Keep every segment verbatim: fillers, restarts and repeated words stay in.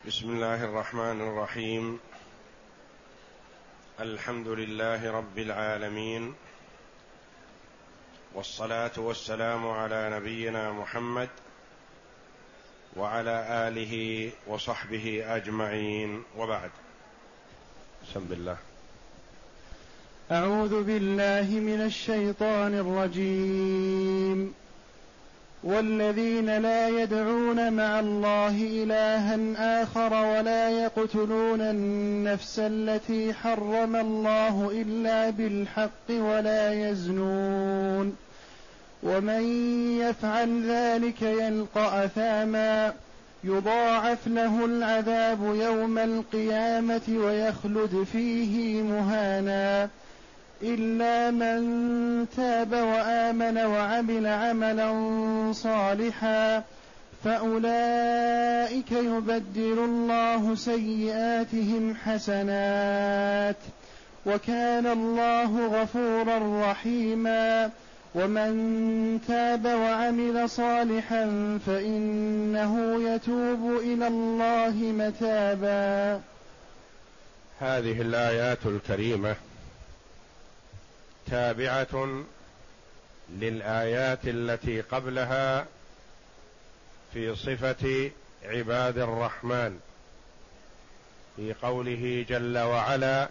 بسم الله الرحمن الرحيم. الحمد لله رب العالمين، والصلاة والسلام على نبينا محمد وعلى آله وصحبه أجمعين، وبعد. بسم الله. أعوذ بالله من الشيطان الرجيم. والذين لا يدعون مع الله إلها آخر ولا يقتلون النفس التي حرم الله إلا بالحق ولا يزنون ومن يفعل ذلك يلقى أثاما يضاعف له العذاب يوم القيامة ويخلد فيه مهانا إلا من تاب وآمن وعمل عملا صالحا فأولئك يبدل الله سيئاتهم حسنات وكان الله غفورا رحيما ومن تاب وعمل صالحا فإنه يتوب إلى الله متابا. هذه الآيات الكريمة تابعة للآيات التي قبلها في صفة عباد الرحمن، في قوله جل وعلا: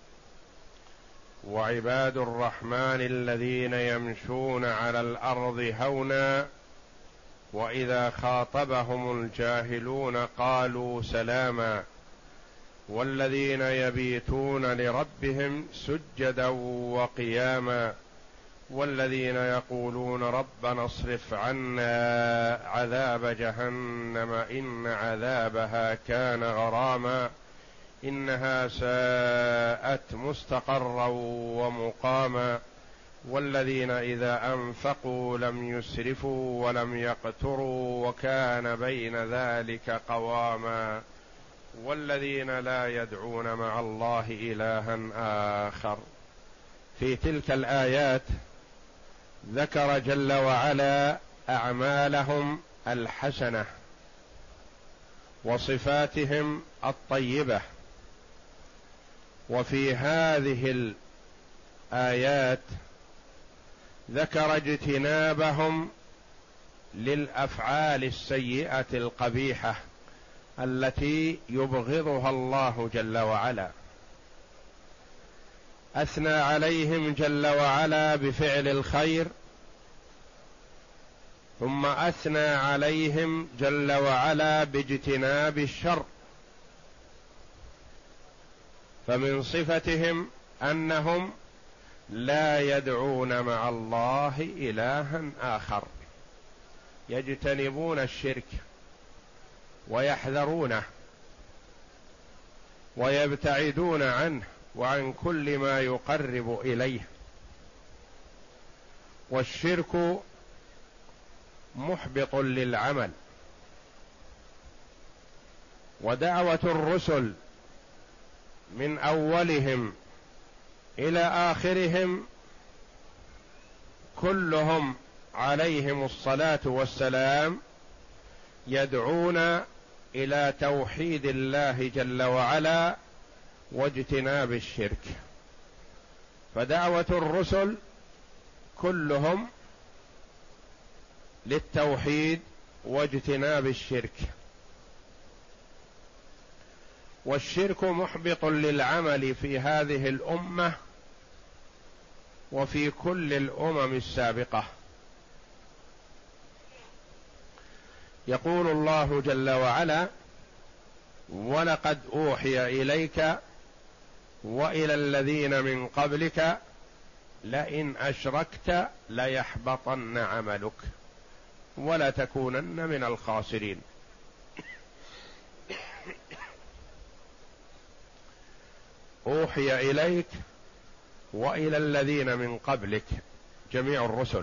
وعباد الرحمن الذين يمشون على الأرض هونا وإذا خاطبهم الجاهلون قالوا سلاما والذين يبيتون لربهم سجدا وقياما والذين يقولون ربنا اصرف عنا عذاب جهنم إن عذابها كان غراما إنها ساءت مستقرا ومقاما والذين إذا أنفقوا لم يسرفوا ولم يقتروا وكان بين ذلك قواما والذين لا يدعون مع الله إلها آخر. في تلك الآيات ذكر جل وعلا أعمالهم الحسنة وصفاتهم الطيبة، وفي هذه الآيات ذكر اجتنابهم للأفعال السيئة القبيحة التي يبغضها الله جل وعلا. أثنى عليهم جل وعلا بفعل الخير، ثم أثنى عليهم جل وعلا باجتناب الشر، فمن صفتهم أنهم لا يدعون مع الله إلها آخر، يجتنبون الشرك ويحذرونه ويبتعدون عنه وعن كل ما يقرب إليه. والشرك محبط للعمل، ودعوة الرسل من أولهم إلى آخرهم كلهم عليهم الصلاة والسلام يدعون إلى توحيد الله جل وعلا واجتناب الشرك. فدعوة الرسل كلهم للتوحيد واجتناب الشرك، والشرك محبط للعمل في هذه الأمة وفي كل الأمم السابقة. يقول الله جل وعلا: ولقد أوحي إليك وإلى الذين من قبلك لئن أشركت ليحبطن عملك ولتكونن من الخاسرين. أوحي إليك وإلى الذين من قبلك، جميع الرسل،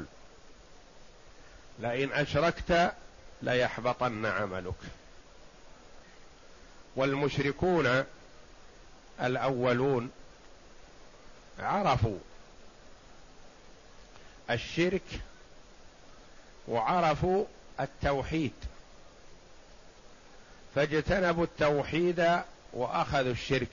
لئن أشركت ليحبطن عملك. والمشركون الأولون عرفوا الشرك وعرفوا التوحيد، فاجتنبوا التوحيد وأخذوا الشرك.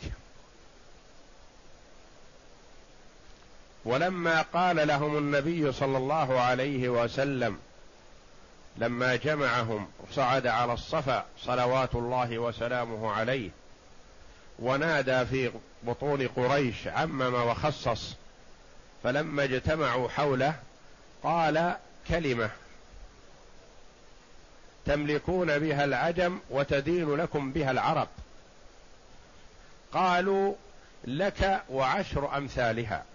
ولما قال لهم النبي صلى الله عليه وسلم لما جمعهم صعد على الصفا صلوات الله وسلامه عليه ونادى في بطون قريش عمم وخصص، فلما اجتمعوا حوله قال كلمة تملكون بها العجم وتدين لكم بها العرب، قالوا لك وعشر أمثالها،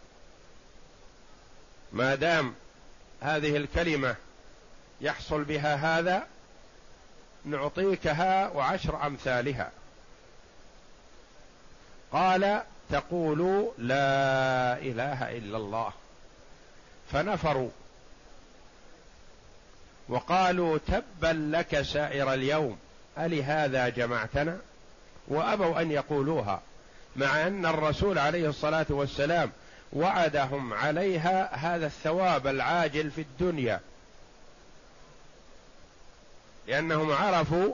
ما دام هذه الكلمة يحصل بها هذا نعطيكها وعشر أمثالها. قال تقولوا لا إله إلا الله، فنفروا وقالوا تبا لك سائر اليوم ألهذا جمعتنا، وأبوا أن يقولوها، مع أن الرسول عليه الصلاة والسلام وعدهم عليها هذا الثواب العاجل في الدنيا، لأنهم عرفوا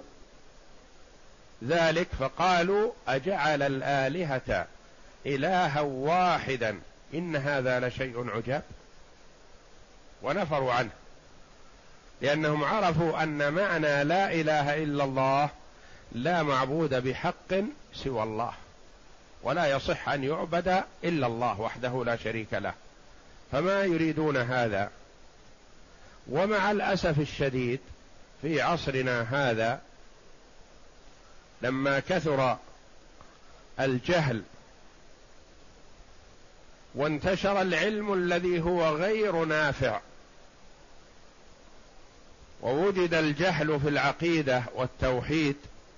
ذلك فقالوا أجعل الآلهة إلها واحدا إن هذا لشيء عجاب، ونفروا عنه، لأنهم عرفوا أن معنى لا إله إلا الله لا معبود بحق سوى الله، ولا يصح أن يعبد إلا الله وحده لا شريك له، فما يريدون هذا. ومع الأسف الشديد في عصرنا هذا لما كثر الجهل وانتشر العلم الذي هو غير نافع ووجد الجهل في العقيدة والتوحيد،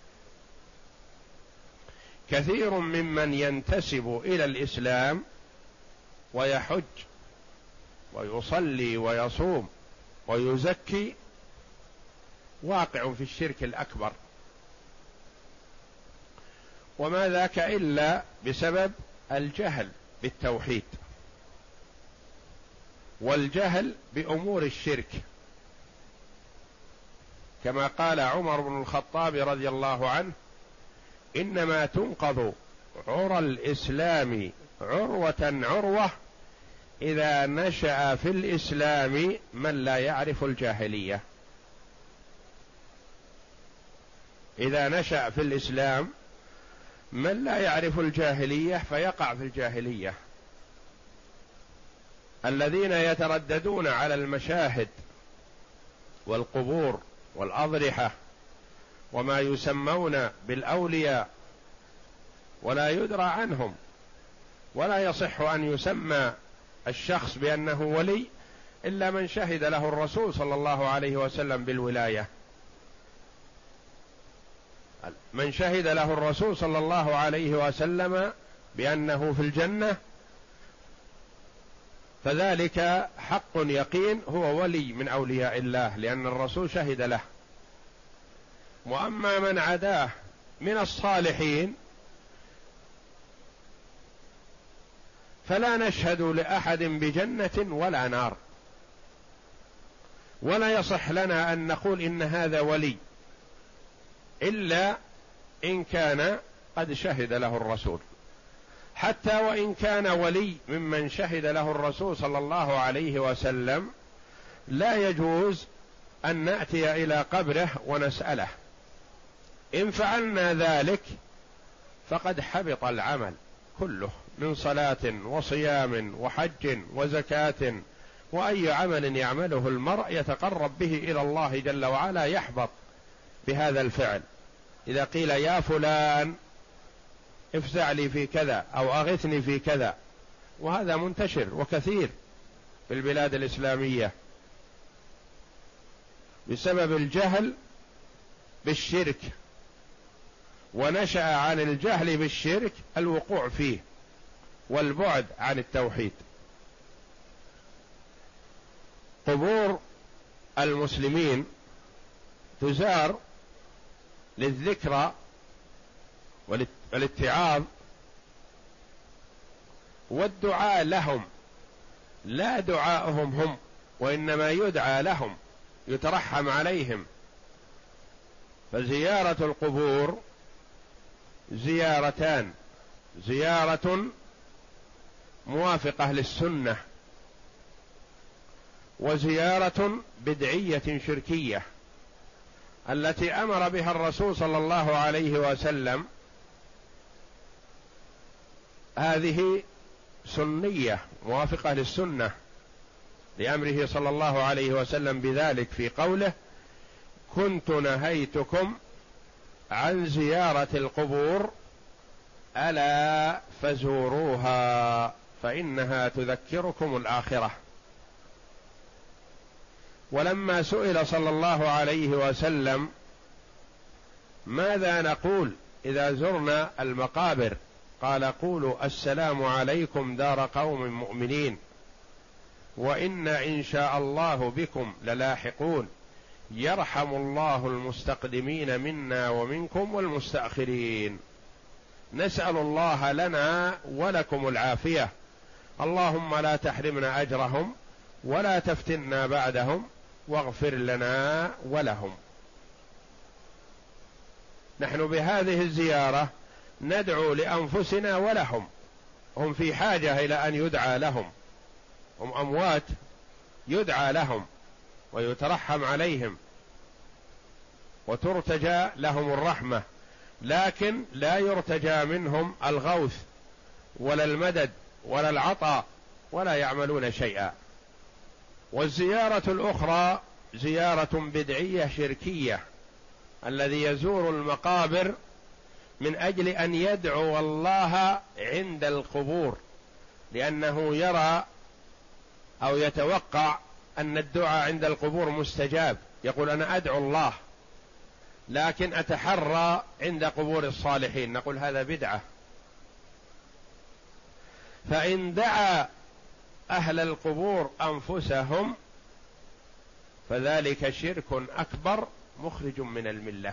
كثير ممن ينتسب إلى الإسلام ويحج ويصلي ويصوم ويزكي واقع في الشرك الأكبر، وما ذاك إلا بسبب الجهل بالتوحيد والجهل بأمور الشرك، كما قال عمر بن الخطاب رضي الله عنه إنما تنقض عرى الإسلام عروة عروة إذا نشأ في الإسلام من لا يعرف الجاهلية. إذا نشأ في الإسلام من لا يعرف الجاهلية فيقع في الجاهلية. الذين يترددون على المشاهد والقبور والأضرحة وما يسمون بالأولياء ولا يدرى عنهم، ولا يصح أن يسمى الشخص بأنه ولي إلا من شهد له الرسول صلى الله عليه وسلم بالولاية. من شهد له الرسول صلى الله عليه وسلم بأنه في الجنة فذلك حق يقين، هو ولي من أولياء الله لأن الرسول شهد له. وأما من عداه من الصالحين فلا نشهد لأحد بجنة ولا نار، ولا يصح لنا أن نقول إن هذا ولي إلا إن كان قد شهد له الرسول، حتى وإن كان ولي ممن شهد له الرسول صلى الله عليه وسلم لا يجوز أن نأتي إلى قبره ونسأله، إن فعلنا ذلك فقد حبط العمل كله من صلاة وصيام وحج وزكاة، وأي عمل يعمله المرء يتقرب به إلى الله جل وعلا يحبط بهذا الفعل. إذا قيل يا فلان افزع لي في كذا أو أغثني في كذا، وهذا منتشر وكثير في البلاد الإسلامية بسبب الجهل بالشرك، ونشأ عن الجهل بالشرك الوقوع فيه والبعد عن التوحيد. قبور المسلمين تزار للذكرى والاتعاظ والدعاء لهم، لا دعاءهم هم، وإنما يدعى لهم، يترحم عليهم فزيارة القبور زيارتان: زيارة موافقة للسنة، وزيارة بدعية شركية التي أمر بها الرسول صلى الله عليه وسلم، هذه سنية موافقة للسنة لأمره صلى الله عليه وسلم بذلك في قوله: كنت نهيتكم عن زيارة القبور ألا فزوروها فإنها تذكركم الآخرة. ولما سئل صلى الله عليه وسلم ماذا نقول إذا زرنا المقابر، قال: قولوا السلام عليكم دار قوم مؤمنين، وإنا إن شاء الله بكم للاحقون، يرحم الله المستقدمين منا ومنكم والمستأخرين. نسأل الله لنا ولكم العافية، اللهم لا تحرمنا أجرهم ولا تفتنا بعدهم واغفر لنا ولهم. نحن بهذه الزيارة ندعو لأنفسنا ولهم، هم في حاجة إلى أن يدعى لهم، هم أموات يدعى لهم ويترحم عليهم وترتجى لهم الرحمة، لكن لا يرتجى منهم الغوث ولا المدد ولا العطاء، ولا يعملون شيئا. والزيارة الأخرى زيارة بدعية شركية، الذي يزور المقابر من أجل أن يدعو الله عند القبور، لأنه يرى أو يتوقع أن الدعاء عند القبور مستجاب، يقول: أنا أدعو الله لكن أتحرى عند قبور الصالحين. نقول هذا بدعة. فإن دعا أهل القبور أنفسهم فذلك شرك أكبر مخرج من الملة.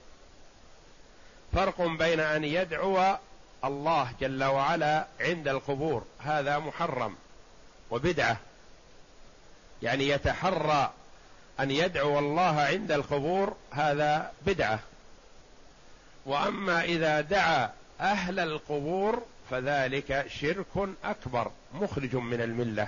فرق بين أن يدعو الله جل وعلا عند القبور، هذا محرم وبدعة، يعني يتحرى أن يدعو الله عند القبور، هذا بدعة. وأما إذا دعا أهل القبور فذلك شرك أكبر مخرج من الملة.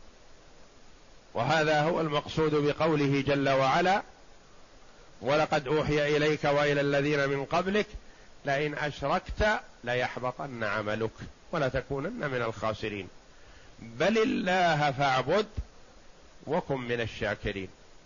وهذا هو المقصود بقوله جل وعلا: ولقد أوحي إليك وإلى الذين من قبلك لئن أشركت ليحبطن عملك ولتكونن من الخاسرين بل الله فاعبد وكن من الشاكرين.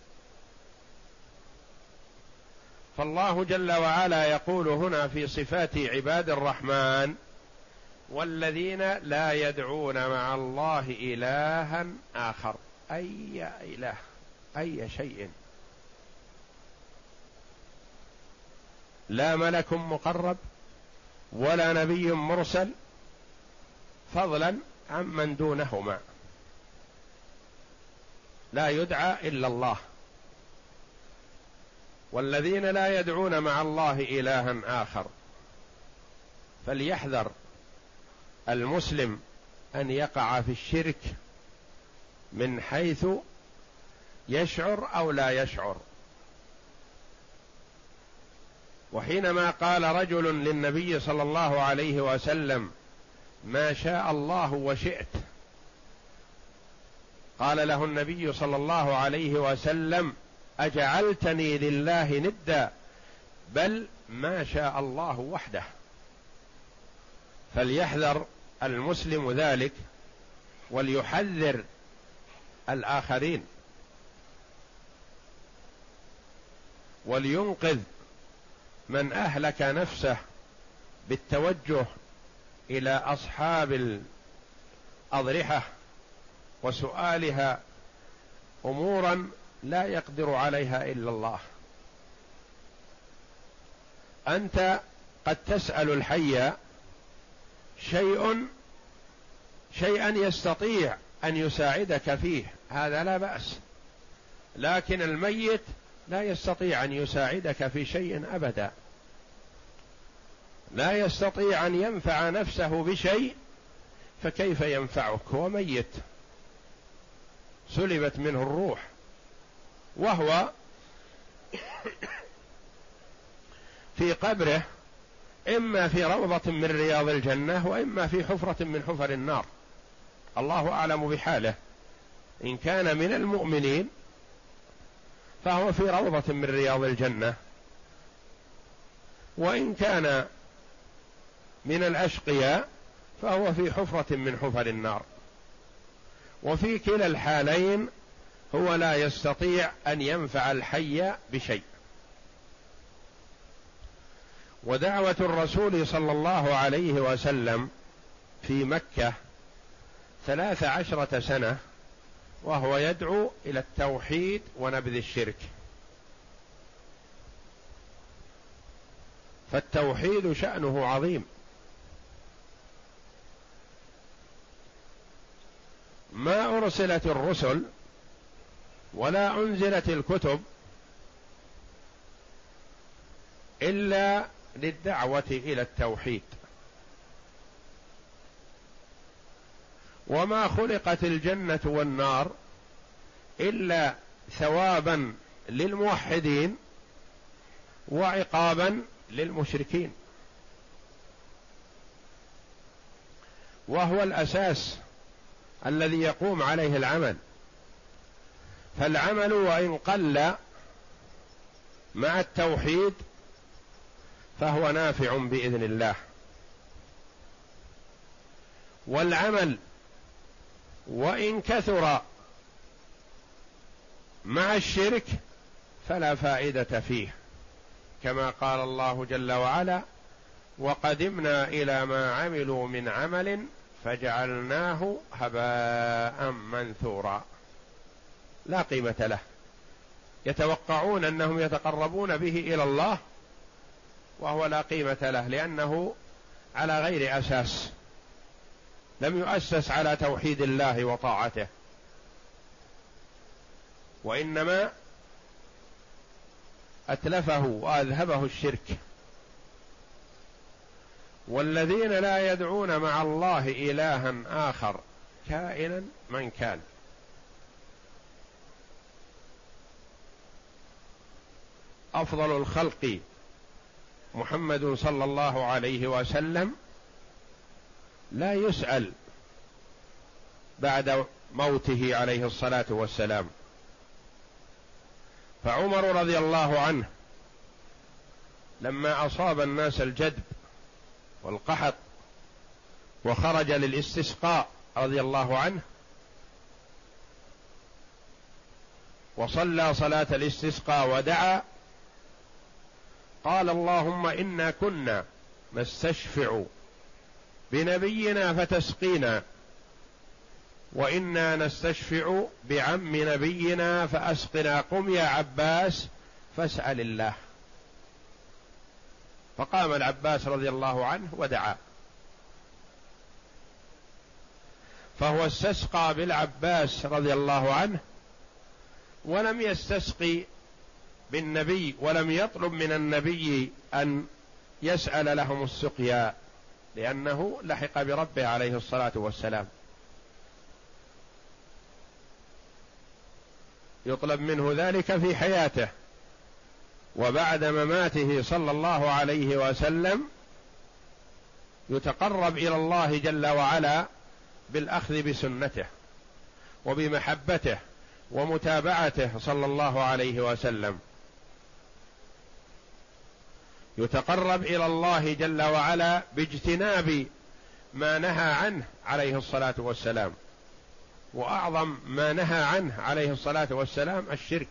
فالله جل وعلا يقول هنا في صفات عباد الرحمن: والذين لا يدعون مع الله إلها آخر، أي إله، أي شيء، لا ملك مقرب ولا نبي مرسل، فضلا عمن دونهما، لا يدعى إلا الله. والذين لا يدعون مع الله إلها آخر، فليحذر المسلم أن يقع في الشرك من حيث يشعر أو لا يشعر. وحينما قال رجل للنبي صلى الله عليه وسلم: ما شاء الله وشئت، قال له النبي صلى الله عليه وسلم: أجعلتني لله ندا، بل ما شاء الله وحده. فليحذر المسلم ذلك وليحذر الآخرين، ولينقذ من أهلك نفسه بالتوجه إلى أصحاب الأضرحة وسؤالها أمورا لا يقدر عليها إلا الله. أنت قد تسأل الحي شيء شيئا يستطيع أن يساعدك فيه، هذا لا بأس، لكن الميت لا يستطيع أن يساعدك في شيء أبدا، لا يستطيع أن ينفع نفسه بشيء، فكيف ينفعك؟ هو ميت، سلبت منه الروح، وهو في قبره إما في روضة من رياض الجنة وإما في حفرة من حفر النار، الله أعلم بحاله. إن كان من المؤمنين فهو في روضة من رياض الجنة، وإن كان من الأشقياء فهو في حفرة من حفر النار. وفي كلا الحالين هو لا يستطيع أن ينفع الحي بشيء. ودعوة الرسول صلى الله عليه وسلم في مكة ثلاث عشرة سنة وهو يدعو إلى التوحيد ونبذ الشرك. فالتوحيد شأنه عظيم، ما أرسلت الرسل ولا أنزلت الكتب إلا للدعوة إلى التوحيد، وما خلقت الجنة والنار إلا ثوابا للموحدين وعقابا للمشركين، وهو الأساس الذي يقوم عليه العمل. فالعمل وإن قل مع التوحيد فهو نافع بإذن الله، والعمل وإن كثر مع الشرك فلا فائدة فيه، كما قال الله جل وعلا: وقدمنا إلى ما عملوا من عمل فجعلناه هباء منثورا، لا قيمة له. يتوقعون أنهم يتقربون به إلى الله وهو لا قيمة له، لأنه على غير أساس، لم يؤسس على توحيد الله وطاعته، وإنما أتلفه وأذهبه الشرك. والذين لا يدعون مع الله إلها آخر كائنا من كان. أفضل الخلق محمد صلى الله عليه وسلم لا يسأل بعد موته عليه الصلاة والسلام. فعمر رضي الله عنه لما أصاب الناس الجدب والقحط وخرج للاستسقاء رضي الله عنه وصلى صلاة الاستسقاء ودعا، قال: اللهم إنا كنا نستشفع بنبينا فتسقينا، وإنا نستشفع بعم نبينا فأسقنا، قم يا عباس فاسأل الله. فقام العباس رضي الله عنه ودعا، فهو استسقى بالعباس رضي الله عنه، ولم يستسقي بالنبي، ولم يطلب من النبي أن يسأل لهم السقيا، لأنه لحق بربه عليه الصلاة والسلام. يطلب منه ذلك في حياته، وبعد مماته صلى الله عليه وسلم يتقرب إلى الله جل وعلا بالأخذ بسنته وبمحبته ومتابعته صلى الله عليه وسلم. يتقرب إلى الله جل وعلا باجتناب ما نهى عنه عليه الصلاة والسلام، وأعظم ما نهى عنه عليه الصلاة والسلام الشرك.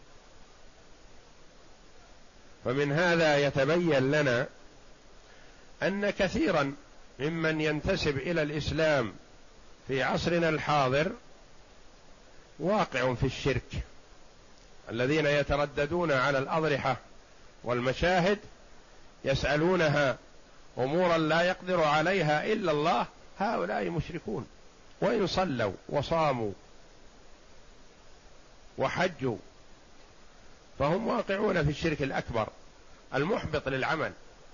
فمن هذا يتبين لنا أن كثيرا ممن ينتسب إلى الإسلام في عصرنا الحاضر واقع في الشرك، الذين يترددون على الأضرحة والمشاهد يسألونها أمورا لا يقدر عليها إلا الله، هؤلاء مشركون، وإن صلوا وصاموا وحجوا فهم واقعون في الشرك الأكبر المحبط للعمل،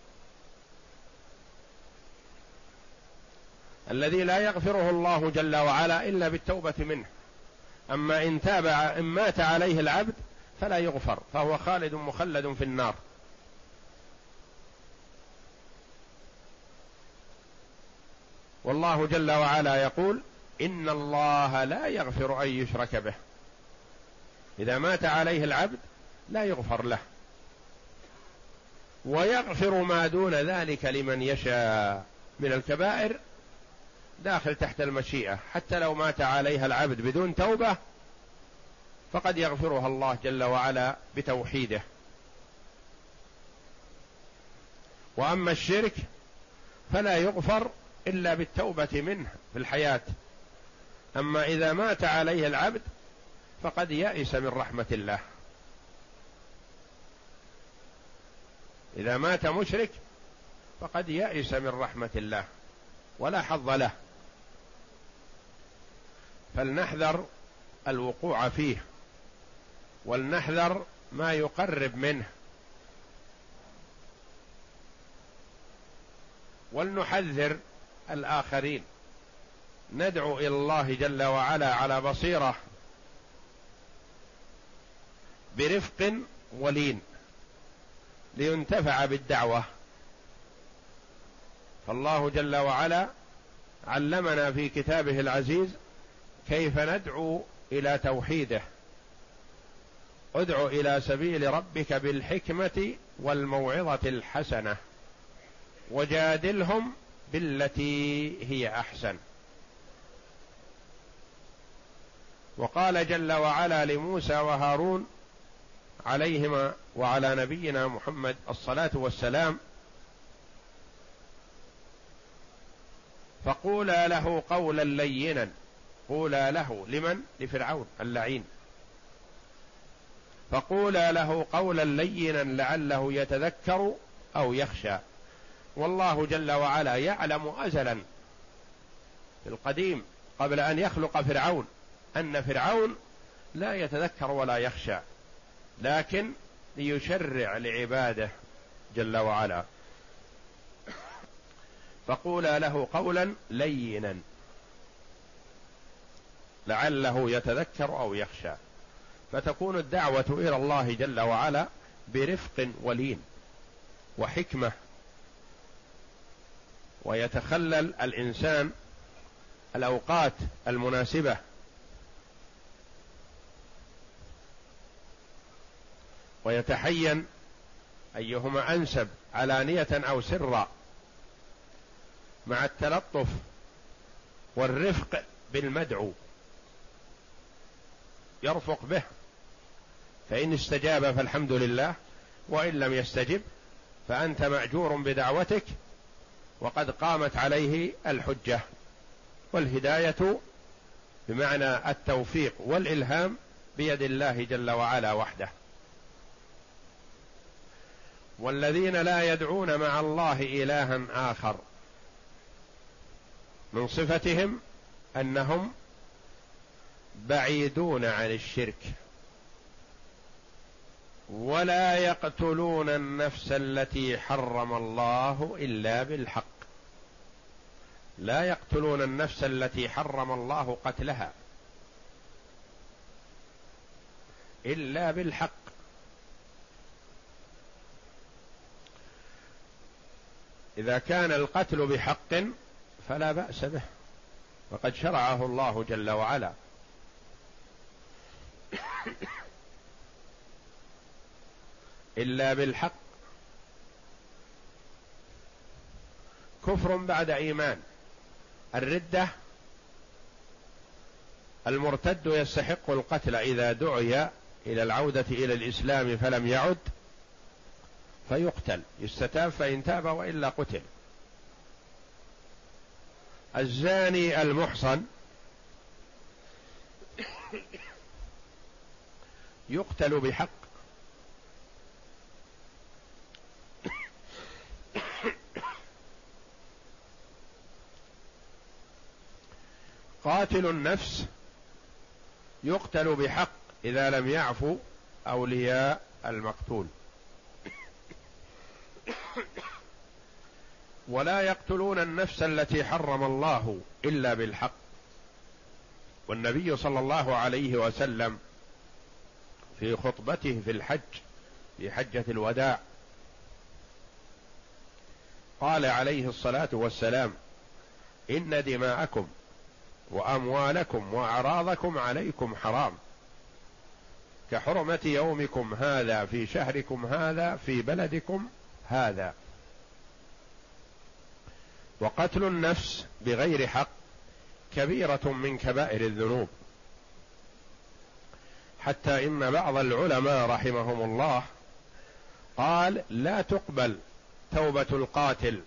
الذي لا يغفره الله جل وعلا إلا بالتوبة منه. أما إن تاب إن مات عليه العبد فلا يغفر، فهو خالد مخلد في النار. والله جل وعلا يقول إن الله لا يغفر أن يشرك به، إذا مات عليه العبد لا يغفر له، ويغفر ما دون ذلك لمن يشاء من الكبائر، داخل تحت المشيئة، حتى لو مات عليها العبد بدون توبة فقد يغفرها الله جل وعلا بتوحيده. وأما الشرك فلا يغفر إلا بالتوبة منه في الحياة، أما إذا مات عليه العبد فقد يئس من رحمة الله. إذا مات مشرك فقد يئس من رحمة الله ولا حظ له، فلنحذر الوقوع فيه، ولنحذر ما يقرب منه، ولنحذر الآخرين، ندعو إلى الله جل وعلا على بصيرة برفق ولين لينتفع بالدعوة. فالله جل وعلا علمنا في كتابه العزيز كيف ندعو إلى توحيده. ادع إلى سبيل ربك بالحكمة والموعظة الحسنة وجادلهم بالتي هي أحسن. وقال جل وعلا لموسى وهارون عليهما وعلى نبينا محمد الصلاة والسلام: فقولا له قولا لينا. قولا له لمن؟ لفرعون اللعين. فقولا له قولا لينا لعله يتذكر أو يخشى. والله جل وعلا يعلم أزلا في القديم قبل أن يخلق فرعون أن فرعون لا يتذكر ولا يخشى، لكن ليشرع لعباده جل وعلا. فقولا له قولا لينا لعله يتذكر أو يخشى. فتكون الدعوة إلى الله جل وعلا برفق ولين وحكمة، ويتخلل الإنسان الأوقات المناسبة، ويتحين أيهما أنسب علانية أو سرا، مع التلطف والرفق بالمدعو، يرفق به، فإن استجاب فالحمد لله، وإن لم يستجب فأنت مأجور بدعوتك وقد قامت عليه الحجة. والهداية بمعنى التوفيق والإلهام بيد الله جل وعلا وحده. والذين لا يدعون مع الله إلها آخر من صفتهم أنهم بعيدون عن الشرك، ولا يقتلون النفس التي حرم الله إلا بالحق. لا يقتلون النفس التي حرم الله قتلها إلا بالحق. إذا كان القتل بحق فلا بأس به، وقد شرعه الله جل وعلا. إلا بالحق كفر بعد إيمان. الردة المرتد يستحق القتل إذا دعي إلى العودة إلى الإسلام فلم يعد فيقتل، يستتاب فإن تاب وإلا قتل. الزاني المحصن يقتل بحق. قاتل النفس يقتل بحق إذا لم يعفو أولياء المقتول. ولا يقتلون النفس التي حرم الله إلا بالحق. والنبي صلى الله عليه وسلم في خطبته في الحج في حجة الوداع قال عليه الصلاة والسلام: إن دماءكم وأموالكم وأعراضكم عليكم حرام كحرمة يومكم هذا في شهركم هذا في بلدكم هذا. وقتل النفس بغير حق كبيرة من كبائر الذنوب، حتى إن بعض العلماء رحمهم الله قال لا تقبل توبة القاتل،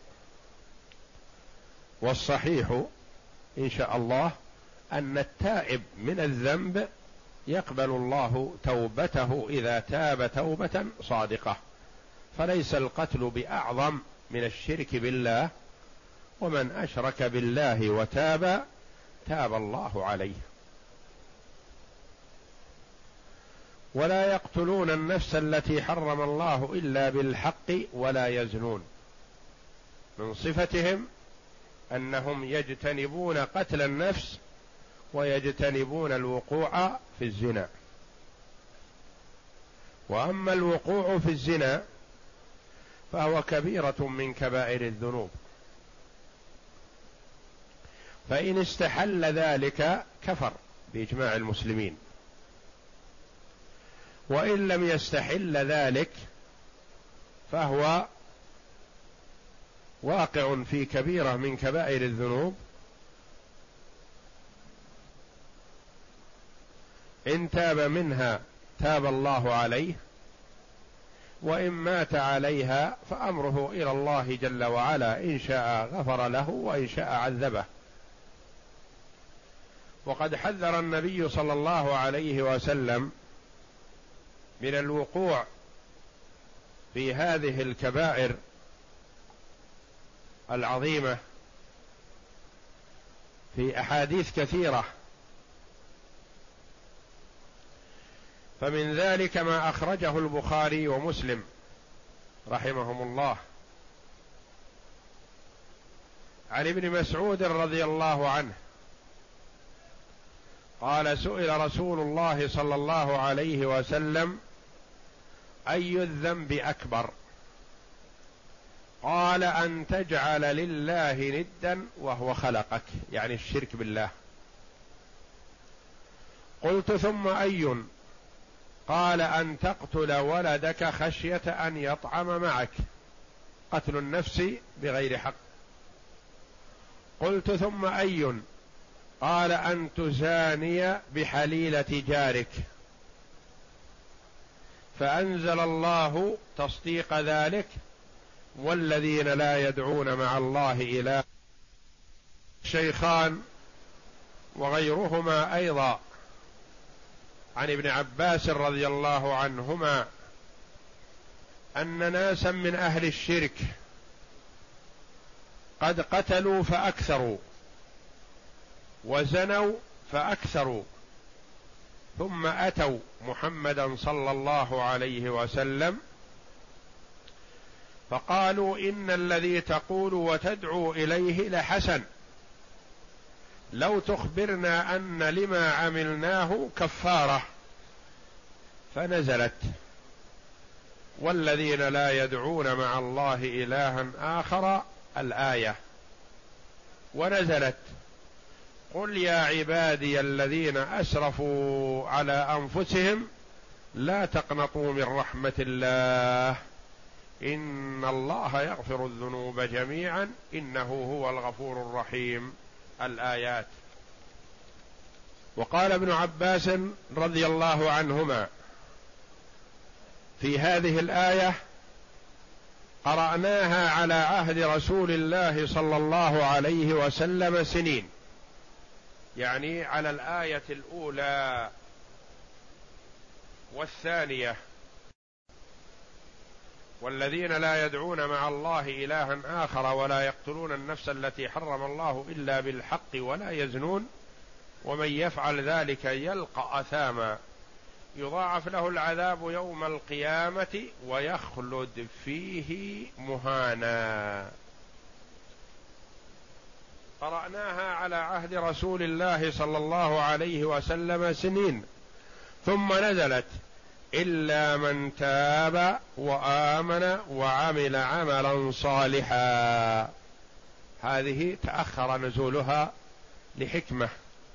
والصحيح إن شاء الله أن التائب من الذنب يقبل الله توبته إذا تاب توبة صادقة، فليس القتل بأعظم من الشرك بالله، ومن أشرك بالله وتاب تاب الله عليه. ولا يقتلون النفس التي حرم الله إلا بالحق ولا يزنون، من صفتهم أنهم يجتنبون قتل النفس ويجتنبون الوقوع في الزنا. وأما الوقوع في الزنا فهو كبيرة من كبائر الذنوب، فإن استحل ذلك كفر بإجماع المسلمين، وإن لم يستحل ذلك فهو واقع في كبيرة من كبائر الذنوب، إن تاب منها تاب الله عليه، وإن مات عليها فأمره إلى الله جل وعلا، إن شاء غفر له وإن شاء عذبه. وقد حذر النبي صلى الله عليه وسلم من الوقوع في هذه الكبائر العظيمة في أحاديث كثيرة، فمن ذلك ما أخرجه البخاري ومسلم رحمهم الله عن ابن مسعود رضي الله عنه قال سئل رسول الله صلى الله عليه وسلم أي الذنب أكبر؟ قال أن تجعل لله ندا وهو خلقك، يعني الشرك بالله. قلت ثم أي؟ قال أن تقتل ولدك خشية أن يطعم معك، قتل النفس بغير حق. قلت ثم أي؟ قال أن تزاني بحليلة جارك. فأنزل الله تصديق ذلك: والذين لا يدعون مع الله إله. الشيخان وغيرهما أيضا عن ابن عباس رضي الله عنهما أن ناسا من أهل الشرك قد قتلوا فأكثروا وزنوا فأكثروا، ثم أتوا محمدا صلى الله عليه وسلم فقالوا إن الذي تقول وتدعو إليه لحسن، لو تخبرنا أن لما عملناه كفارة. فنزلت: والذين لا يدعون مع الله إلها آخر، الآية. ونزلت: قل يا عبادي الذين أسرفوا على أنفسهم لا تقنطوا من رحمة الله إن الله يغفر الذنوب جميعا إنه هو الغفور الرحيم، الآيات. وقال ابن عباس رضي الله عنهما في هذه الآية: قرأناها على عهد رسول الله صلى الله عليه وسلم سنين، يعني على الآية الأولى والثانية: والذين لا يدعون مع الله إلها آخر ولا يقتلون النفس التي حرم الله إلا بالحق ولا يزنون ومن يفعل ذلك يلقى أثاما يضاعف له العذاب يوم القيامة ويخلد فيه مهانا. قرأناها على عهد رسول الله صلى الله عليه وسلم سنين، ثم نزلت: إلا من تاب وآمن وعمل عملا صالحا. هذه تأخر نزولها لحكمة.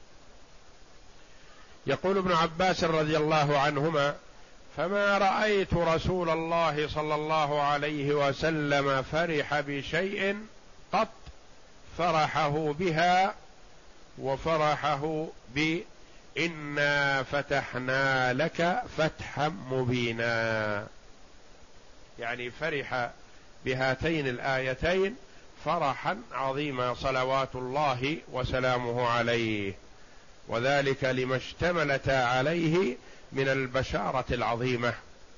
يقول ابن عباس رضي الله عنهما: فما رأيت رسول الله صلى الله عليه وسلم فرح بشيء قط فرحه بها وفرحه بإنا فتحنا لك فتحا مبينا، يعني فرح بهاتين الآيتين فرحا عظيما صلوات الله وسلامه عليه، وذلك لما اشتملتا عليه من البشارة العظيمة.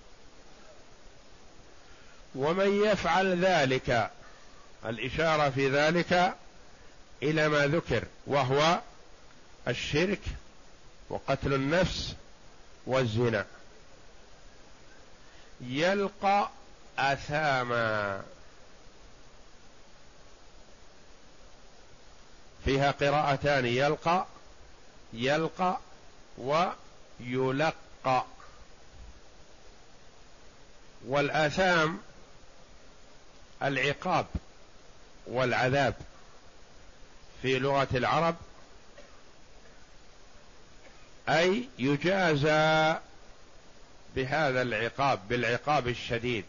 ومن يفعل ذلك، الإشارة في ذلك إلى ما ذكر، وهو الشرك وقتل النفس والزنا، يلقى أثاما. فيها قراءتان: يلقى يلقى ويلقى. والآثام العقاب والعذاب في لغة العرب، أي يجازى بهذا العقاب، بالعقاب الشديد.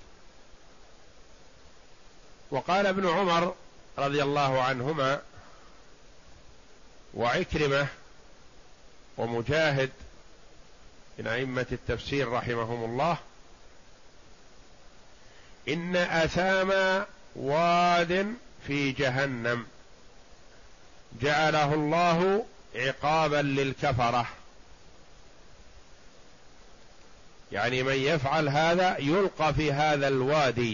وقال ابن عمر رضي الله عنهما وعكرمة ومجاهد من أئمة التفسير رحمهم الله: إن أثام واد في جهنم جعله الله عقابا للكفرة، يعني من يفعل هذا يلقى في هذا الوادي،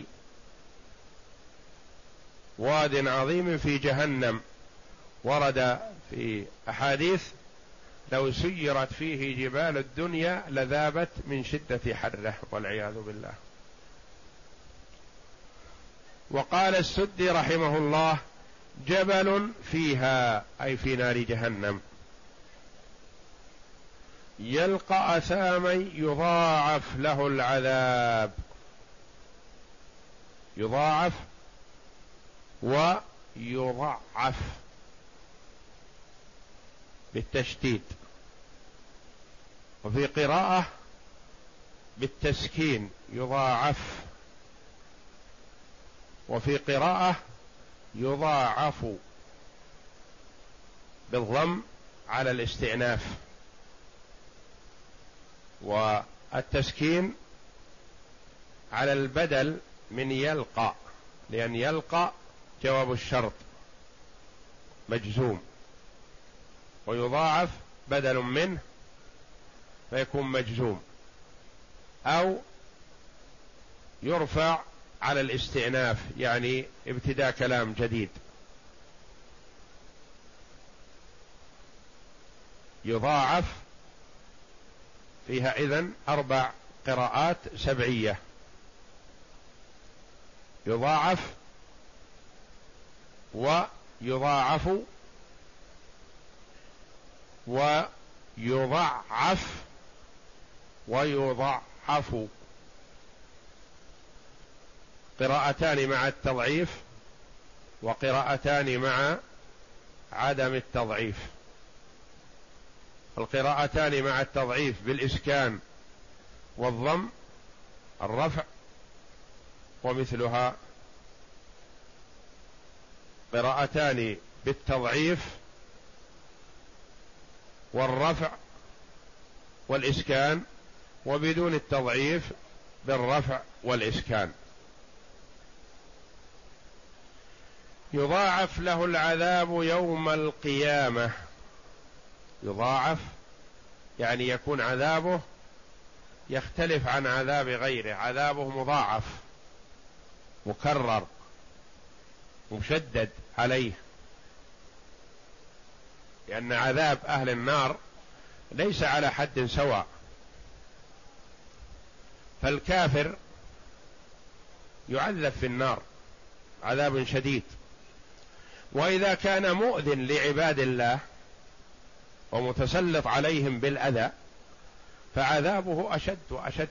واد عظيم في جهنم. ورد في أحاديث: لو سيرت فيه جبال الدنيا لذابت من شدة حره والعياذ بالله. وقال السدي رحمه الله: جبل فيها، أي في نار جهنم، يلقى أثاما يضاعف له العذاب، يضاعف ويضعف بالتشديد، وفي قراءة بالتسكين يضاعف، وفي قراءة يضاعف بالضم على الاستئناف، والتسكين على البدل من يلقى، لأن يلقى جواب الشرط مجزوم، ويضاعف بدل منه فيكون مجزوم، أو يرفع على الاستئناف، يعني ابتداء كلام جديد. يضاعف فيها إذن أربع قراءات سبعية: يضاعف ويضاعف ويضعف ويضعف، قراءتان مع التضعيف وقراءتان مع عدم التضعيف. القراءتان مع التضعيف بالإسكان والضم الرفع، ومثلها قراءتان بالتضعيف والرفع والإسكان، وبدون التضعيف بالرفع والإسكان. يضاعف له العذاب يوم القيامة، يضاعف يعني يكون عذابه يختلف عن عذاب غيره، عذابه مضاعف مكرر مشدد عليه، لأن عذاب أهل النار ليس على حد سواء. فالكافر يعذب في النار عذاب شديد، وإذا كان مؤذن لعباد الله ومتسلط عليهم بالأذى فعذابه أشد وأشد.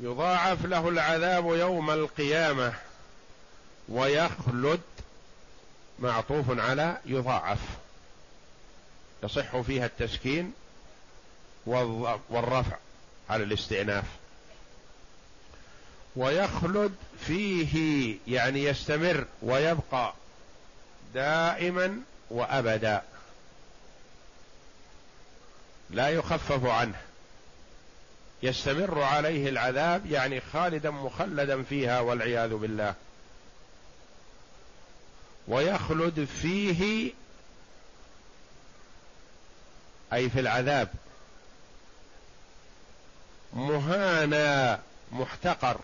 يضاعف له العذاب يوم القيامة ويخلد معطوف على يضاعف، يصح فيها التسكين والرفع على الاستئناف. ويخلد فيه يعني يستمر ويبقى دائما وأبدا، لا يخفف عنه، يستمر عليه العذاب، يعني خالدا مخلدا فيها والعياذ بالله. ويخلد فيه أي في العذاب، مهانا محتقر،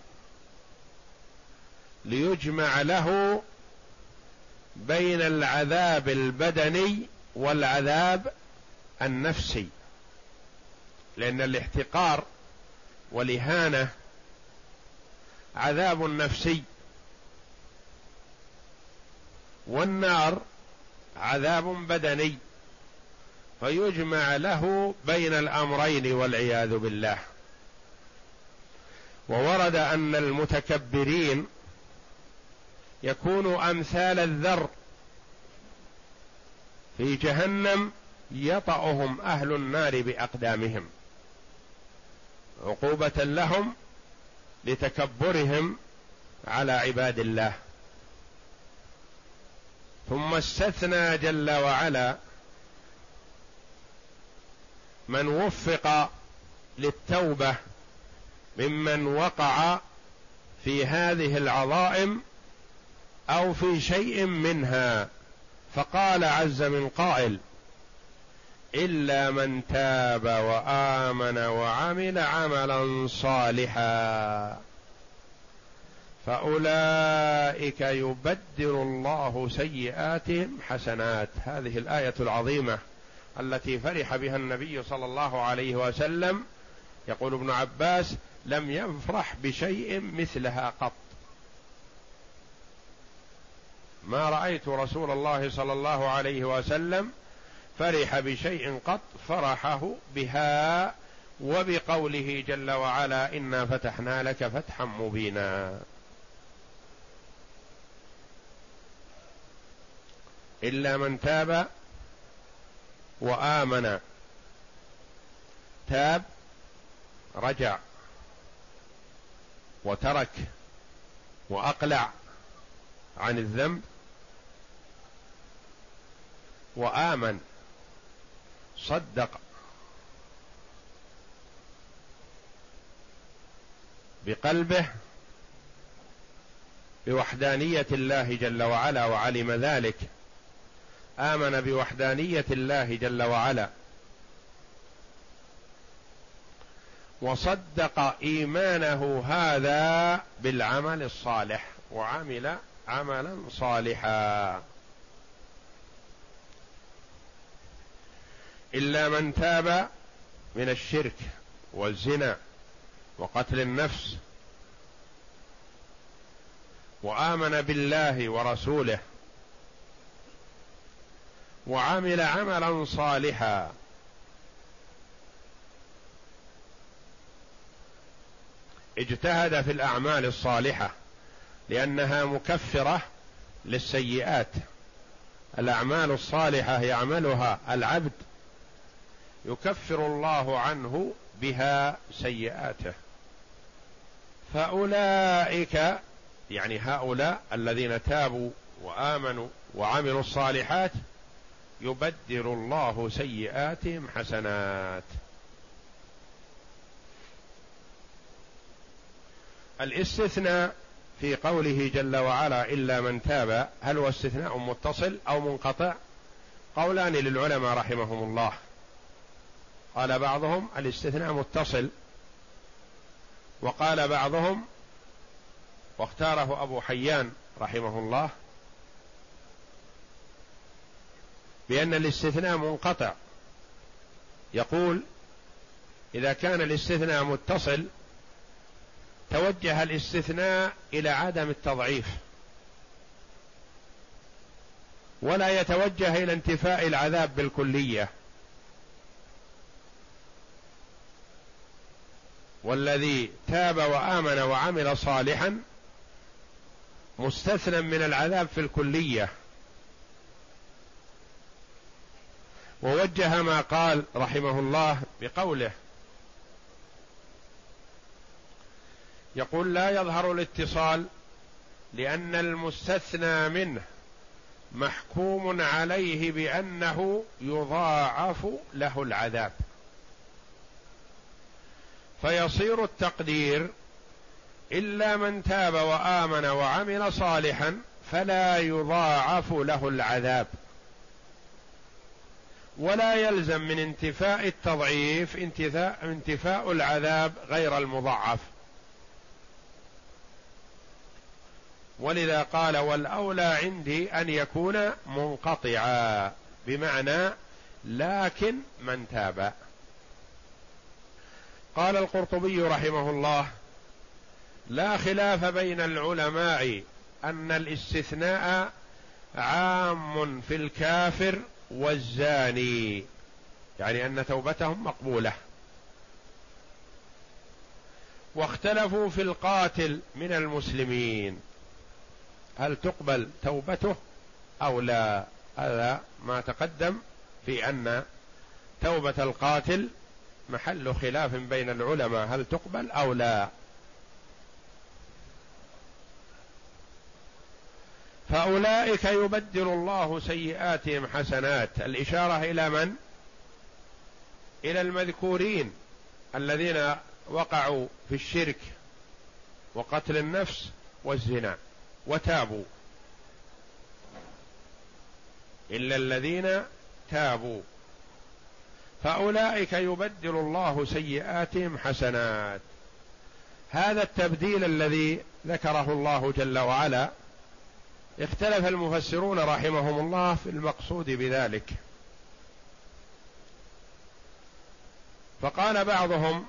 ليجمع له بين العذاب البدني والعذاب النفسي، لأن الاحتقار والإهانة عذاب نفسي، والنار عذاب بدني، فيجمع له بين الأمرين والعياذ بالله. وورد أن المتكبرين يكونوا أمثال الذر في جهنم، يطأهم أهل النار بأقدامهم عقوبة لهم لتكبرهم على عباد الله. ثم استثنى جل وعلا من وفق للتوبة ممن وقع في هذه العظائم أو في شيء منها، فقال عز من قائل: إلا من تاب وآمن وعمل عملا صالحا فأولئك يبدل الله سيئاتهم حسنات. هذه الآية العظيمة التي فرح بها النبي صلى الله عليه وسلم، يقول ابن عباس: لم يفرح بشيء مثلها قط، ما رأيت رسول الله صلى الله عليه وسلم فرح بشيء قط فرحه بها، وبقوله جل وعلا: إنا فتحنا لك فتحا مبينا. إلا من تاب وآمن، تاب رجع وترك وأقلع عن الذنب، وآمن صدق بقلبه بوحدانية الله جل وعلا وعلم ذلك، آمن بوحدانية الله جل وعلا وصدق إيمانه هذا بالعمل الصالح وعمل عملا صالحا. إلا من تاب من الشرك والزنا وقتل النفس وآمن بالله ورسوله وعمل عملا صالحا، اجتهد في الأعمال الصالحة لأنها مكفرة للسيئات. الأعمال الصالحة يعملها العبد يكفر الله عنه بها سيئاته، فأولئك يعني هؤلاء الذين تابوا وآمنوا وعملوا الصالحات يبدل الله سيئاتهم حسنات. الاستثناء في قوله جل وعلا إلا من تاب، هل هو استثناء متصل أو منقطع؟ قولان للعلماء رحمهم الله، قال بعضهم الاستثناء متصل، وقال بعضهم واختاره أبو حيان رحمه الله بأن الاستثناء منقطع، يقول إذا كان الاستثناء متصل توجه الاستثناء إلى عدم التضعيف ولا يتوجه إلى انتفاء العذاب بالكلية، والذي تاب وآمن وعمل صالحا مستثنى من العذاب في الكلية. ووجه ما قال رحمه الله بقوله، يقول: لا يظهر الاتصال لأن المستثنى منه محكوم عليه بأنه يضاعف له العذاب، فيصير التقدير: إلا من تاب وآمن وعمل صالحا فلا يضاعف له العذاب. ولا يلزم من انتفاء التضعيف انتفاء, انتفاء العذاب غير المضاعف. ولذا قال: والأولى عندي أن يكون منقطعا، بمعنى لكن من تاب. قال القرطبي رحمه الله: لا خلاف بين العلماء أن الاستثناء عام في الكافر والزاني، يعني أن توبتهم مقبولة. واختلفوا في القاتل من المسلمين، هل تقبل توبته أو لا؟ هذا ما تقدم في أن توبة القاتل محل خلاف بين العلماء، هل تقبل أو لا. فأولئك يبدل الله سيئاتهم حسنات، الإشارة إلى من؟ إلى المذكورين الذين وقعوا في الشرك وقتل النفس والزنا وتابوا، إلا الذين تابوا، فأولئك يبدل الله سيئاتهم حسنات. هذا التبديل الذي ذكره الله جل وعلا اختلف المفسرون رحمهم الله في المقصود بذلك، فقال بعضهم: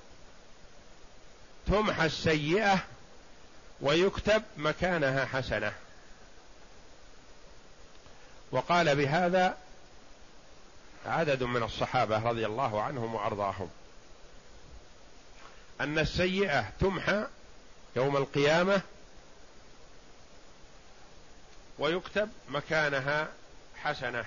تمحى السيئة ويكتب مكانها حسنة. وقال بهذا عدد من الصحابة رضي الله عنهم وأرضاهم، أن السيئة تمحى يوم القيامة ويكتب مكانها حسنة.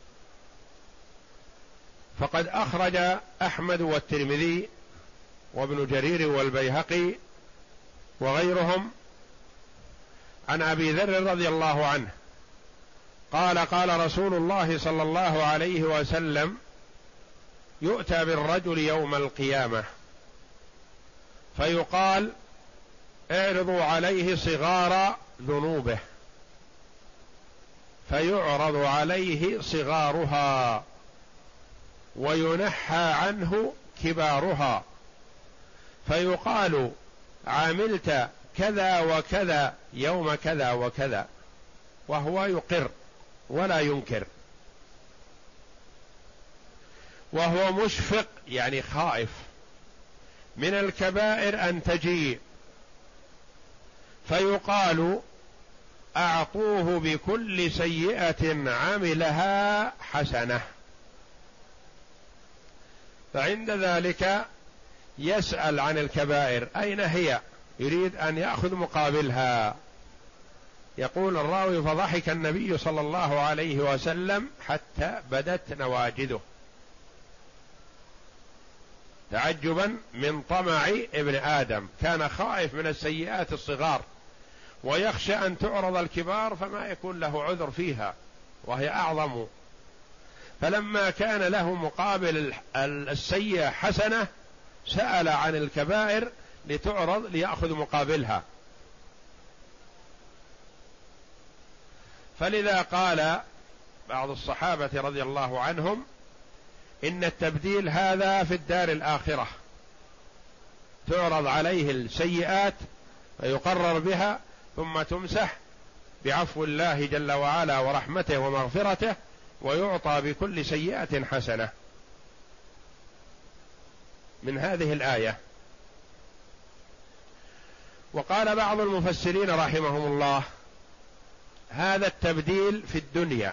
فقد أخرج أحمد والترمذي وابن جرير والبيهقي وغيرهم عن أبي ذر رضي الله عنه قال: قال رسول الله صلى الله عليه وسلم: يؤتى بالرجل يوم القيامة فيقال: اعرضوا عليه صغار ذنوبه، فيعرض عليه صغارها وينحى عنه كبارها، فيقال: عملت كذا وكذا يوم كذا وكذا، وهو يقر ولا ينكر، وهو مشفق يعني خائف من الكبائر أن تجيء، فيقال: أعطوه بكل سيئة عملها حسنة. فعند ذلك يسأل عن الكبائر أين هي، يريد أن يأخذ مقابلها. يقول الراوي: فضحك النبي صلى الله عليه وسلم حتى بدت نواجذه، تعجبا من طمع ابن آدم، كان خائف من السيئات الصغار ويخشى أن تعرض الكبار فما يكون له عذر فيها وهي أعظم، فلما كان له مقابل السيئة حسنة سأل عن الكبائر لتعرض ليأخذ مقابلها. فلذا قال بعض الصحابة رضي الله عنهم: إن التبديل هذا في الدار الآخرة، تعرض عليه السيئات فيقرر بها ثم تمسح بعفو الله جل وعلا ورحمته ومغفرته، ويعطى بكل سيئة حسنة. من هذه الآية. وقال بعض المفسرين رحمهم الله: هذا التبديل في الدنيا،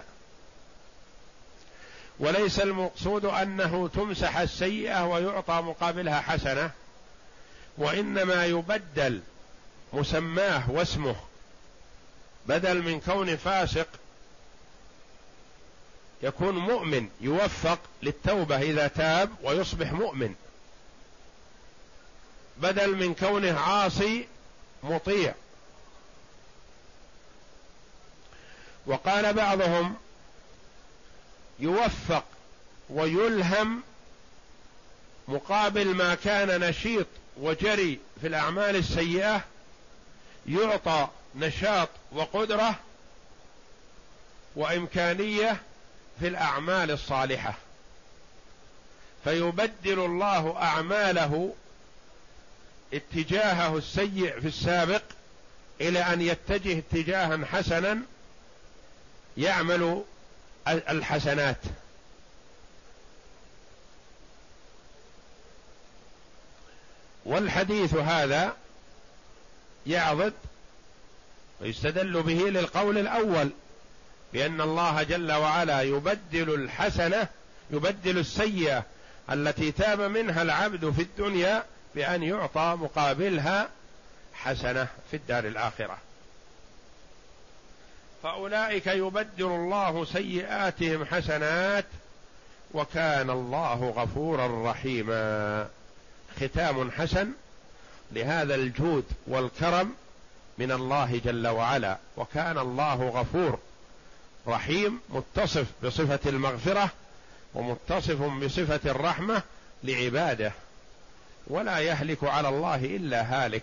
وليس المقصود أنه تمسح السيئة ويعطى مقابلها حسنة، وإنما يبدل مسماه واسمه، بدل من كون فاسق يكون مؤمن يوفق للتوبة إذا تاب ويصبح مؤمن، بدل من كونه عاصي مطيع. وقال بعضهم يوفق ويلهم مقابل ما كان نشيط وجري في الأعمال السيئة، يعطى نشاط وقدرة وإمكانية في الأعمال الصالحة، فيبدل الله أعماله اتجاهه السيء في السابق إلى أن يتجه اتجاها حسنا يعمل الحسنات. والحديث هذا يعضد ويستدل به للقول الأول بأن الله جل وعلا يبدل الحسنة، يبدل السيئة التي تاب منها العبد في الدنيا بأن يعطى مقابلها حسنة في الدار الآخرة. فأولئك يبدل الله سيئاتهم حسنات وكان الله غفورا رحيما. ختام حسن لهذا الجود والكرم من الله جل وعلا، وكان الله غفور رحيم، متصف بصفة المغفرة ومتصف بصفة الرحمة لعباده، ولا يهلك على الله إلا هالك.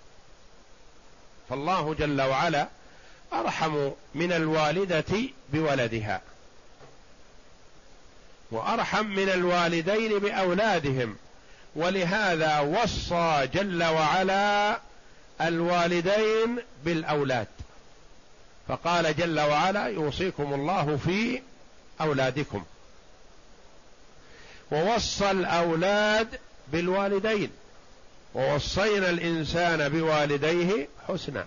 فالله جل وعلا أرحم من الوالدة بولدها، وأرحم من الوالدين بأولادهم، ولهذا وصى جل وعلا الوالدين بالأولاد، فقال جل وعلا يوصيكم الله في أولادكم، ووصى الأولاد بالوالدين، ووصينا الإنسان بوالديه حسنا.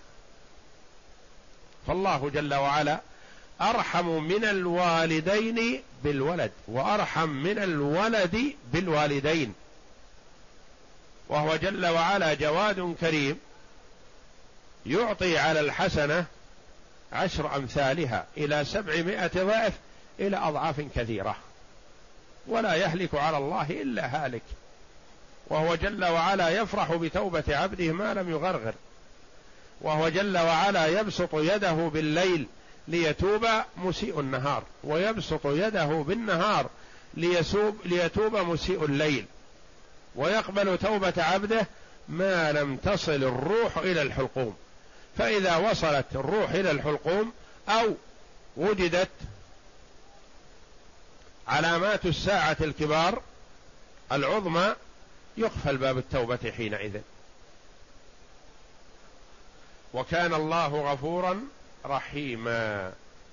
فالله جل وعلا أرحم من الوالدين بالولد، وأرحم من الولد بالوالدين، وهو جل وعلا جواد كريم يعطي على الحسنة عشر أمثالها إلى سبعمائة ضعف إلى أضعاف كثيرة، ولا يهلك على الله إلا هالك. وهو جل وعلا يفرح بتوبة عبده ما لم يغرغر، وهو جل وعلا يبسط يده بالليل ليتوب مسيء النهار، ويبسط يده بالنهار ليسوب ليتوب مسيء الليل، ويقبل توبة عبده ما لم تصل الروح إلى الحلقوم. فإذا وصلت الروح إلى الحلقوم أو وجدت علامات الساعة الكبار العظمى يقفل باب التوبة حينئذ. وكان الله غفورا رحيما،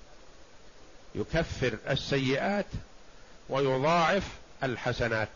يكفر السيئات ويضاعف الحسنات.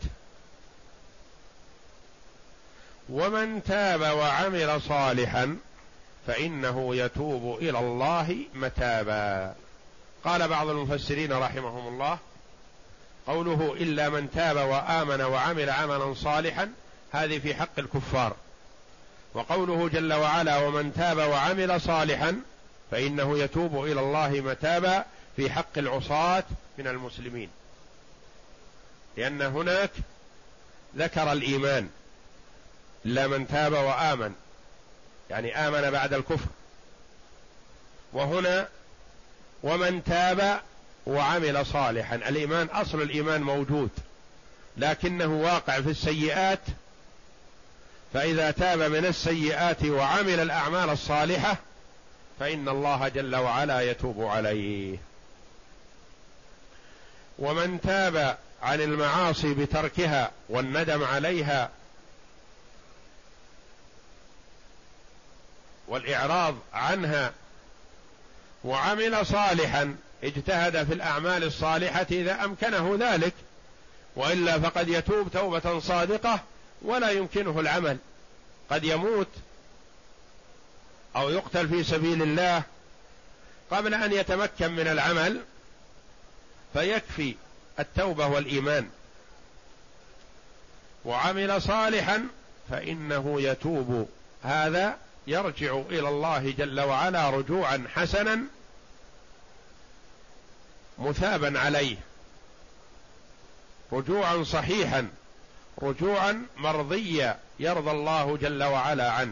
ومن تاب وعمل صالحا فإنه يتوب إلى الله متابا. قال بعض المفسرين رحمهم الله قوله إلا من تاب وآمن وعمل عملا صالحا هذه في حق الكفار، وقوله جل وعلا ومن تاب وعمل صالحا فإنه يتوب إلى الله متابا في حق العصاة من المسلمين، لأن هناك ذكر الإيمان إلا من تاب وآمن يعني آمن بعد الكفر، وهنا ومن تاب وعمل صالحا. الإيمان أصل الإيمان موجود لكنه واقع في السيئات، فإذا تاب من السيئات وعمل الأعمال الصالحة فإن الله جل وعلا يتوب عليه. ومن تاب عن المعاصي بتركها والندم عليها والإعراض عنها وعمل صالحا، اجتهد في الأعمال الصالحة إذا أمكنه ذلك، وإلا فقد يتوب توبة صادقة ولا يمكنه العمل، قد يموت أو يقتل في سبيل الله قبل أن يتمكن من العمل، فيكفي التوبة والإيمان. وعمل صالحا فإنه يتوب، هذا يرجع إلى الله جل وعلا رجوعا حسنا مثابا عليه، رجوعا صحيحا، رجوعا مرضيا يرضى الله جل وعلا عنه.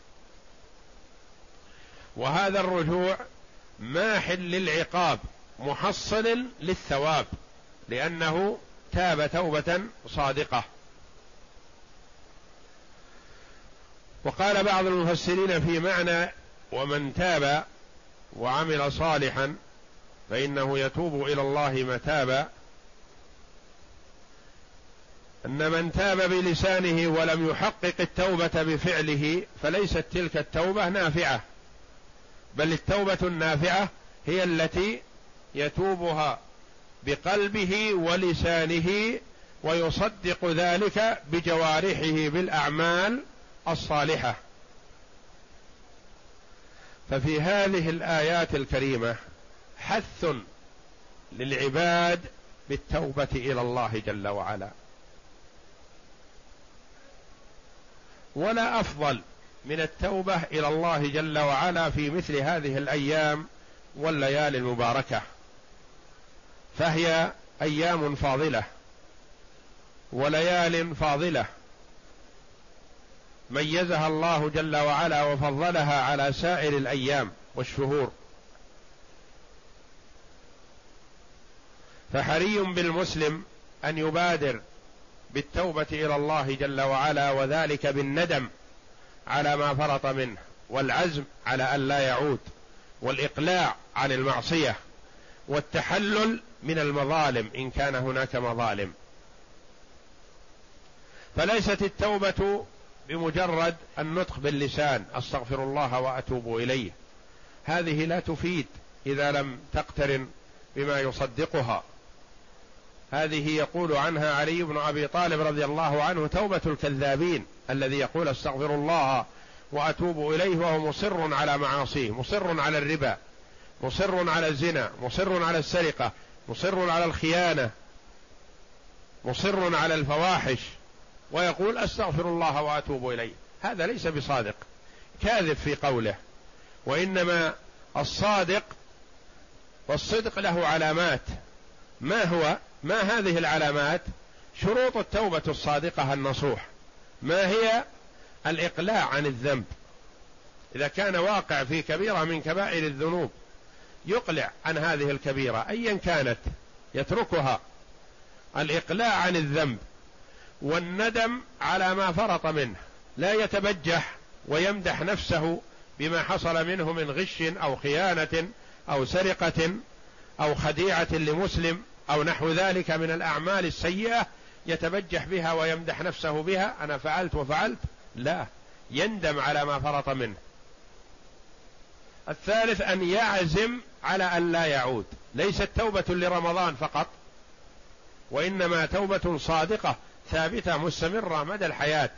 وهذا الرجوع ماحل للعقاب محصل للثواب، لأنه تاب توبة صادقة. وقال بعض المفسرين في معنى ومن تاب وعمل صالحا فإنه يتوب إلى الله متابا، أن من تاب بلسانه ولم يحقق التوبة بفعله فليست تلك التوبة نافعة، بل التوبة النافعة هي التي يتوبها بقلبه ولسانه ويصدق ذلك بجوارحه بالأعمال الصالحة. ففي هذه الآيات الكريمة حث للعباد بالتوبة إلى الله جل وعلا، ولا أفضل من التوبة إلى الله جل وعلا في مثل هذه الأيام والليالي المباركة، فهي أيام فاضلة وليال فاضلة ميزها الله جل وعلا وفضلها على سائر الأيام والشهور. فحري بالمسلم أن يبادر بالتوبة إلى الله جل وعلا، وذلك بالندم على ما فرط منه، والعزم على أن لا يعود، والإقلاع عن المعصية، والتحلل من المظالم إن كان هناك مظالم. فليست التوبة بمجرد النطق باللسان أستغفر الله وأتوب إليه، هذه لا تفيد إذا لم تقترن بما يصدقها. هذه يقول عنها علي بن أبي طالب رضي الله عنه توبة الكذابين، الذي يقول استغفر الله وأتوب إليه وهو مصر على معاصيه، مصر على الربا، مصر على الزنا، مصر على السرقة، مصر على الخيانة، مصر على الفواحش، ويقول استغفر الله وأتوب إليه. هذا ليس بصادق، كاذب في قوله. وإنما الصادق، والصدق له علامات. ما هو ما هذه العلامات؟ شروط التوبة الصادقة النصوح. ما هي؟ الإقلاع عن الذنب، إذا كان واقع في كبيرة من كبائر الذنوب يقلع عن هذه الكبيرة أيا كانت، يتركها. الإقلاع عن الذنب، والندم على ما فرط منه، لا يتبجح ويمدح نفسه بما حصل منه من غش أو خيانة أو سرقة أو خديعة لمسلم أو نحو ذلك من الأعمال السيئة، يتبجح بها ويمدح نفسه بها، أنا فعلت وفعلت، لا، يندم على ما فرط منه. الثالث أن يعزم على أن لا يعود، ليست توبة لرمضان فقط، وإنما توبة صادقة ثابتة مستمرة مدى الحياة.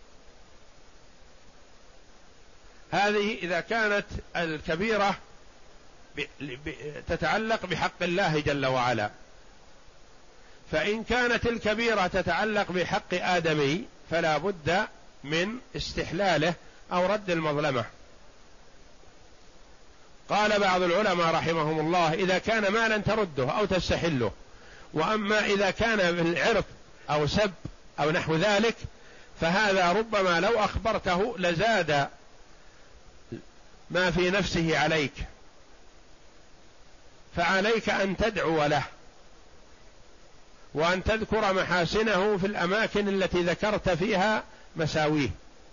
هذه إذا كانت الكبيرة تتعلق بحق الله جل وعلا. فإن كانت الكبيرة تتعلق بحق آدمي فلا بد من استحلاله أو رد المظلمة. قال بعض العلماء رحمهم الله إذا كان مالا ترده أو تستحله، وأما إذا كان بالعرض أو سب أو نحو ذلك فهذا ربما لو أخبرته لزاد ما في نفسه عليك، فعليك أن تدعو له وأن تذكر محاسنه في الأماكن التي ذكرت فيها مساويه،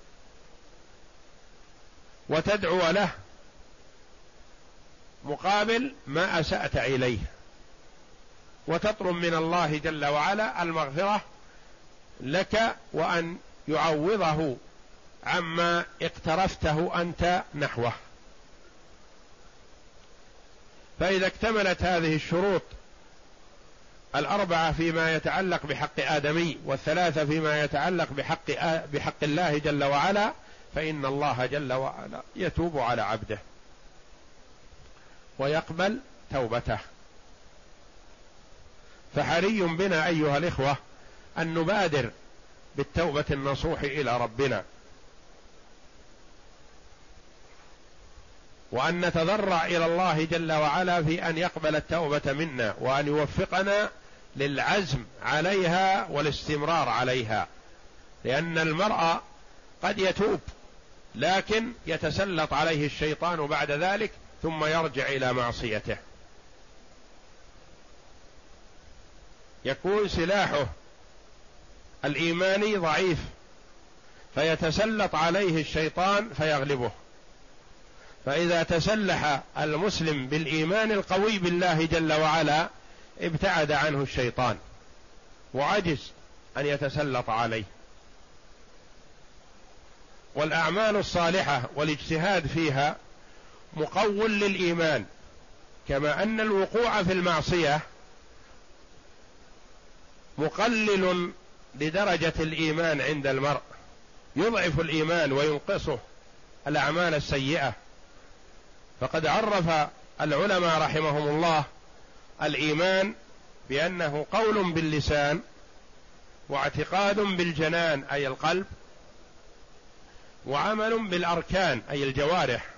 وتدعو له مقابل ما أسأت إليه، وتطلب من الله جل وعلا المغفرة لك وأن يعوضه عما اقترفته أنت نحوه. فإذا اكتملت هذه الشروط الأربعة فيما يتعلق بحق آدمي، والثلاثة فيما يتعلق بحق بحق الله جل وعلا، فإن الله جل وعلا يتوب على عبده ويقبل توبته. فحري بنا أيها الإخوة أن نبادر بالتوبة النصوح إلى ربنا، وأن نتضرع إلى الله جل وعلا في أن يقبل التوبة منا، وأن يوفقنا للعزم عليها والاستمرار عليها، لأن المرء قد يتوب لكن يتسلط عليه الشيطان بعد ذلك ثم يرجع إلى معصيته، يكون سلاحه الإيماني ضعيف فيتسلط عليه الشيطان فيغلبه. فإذا تسلح المسلم بالإيمان القوي بالله جل وعلا ابتعد عنه الشيطان وعجز أن يتسلط عليه. والأعمال الصالحة والاجتهاد فيها مقوّل للإيمان، كما أن الوقوع في المعصية مقلل لدرجة الإيمان عند المرء، يضعف الإيمان وينقصه الأعمال السيئة. فقد عرف العلماء رحمهم الله الإيمان بأنه قول باللسان واعتقاد بالجنان أي القلب، وعمل بالأركان أي الجوارح،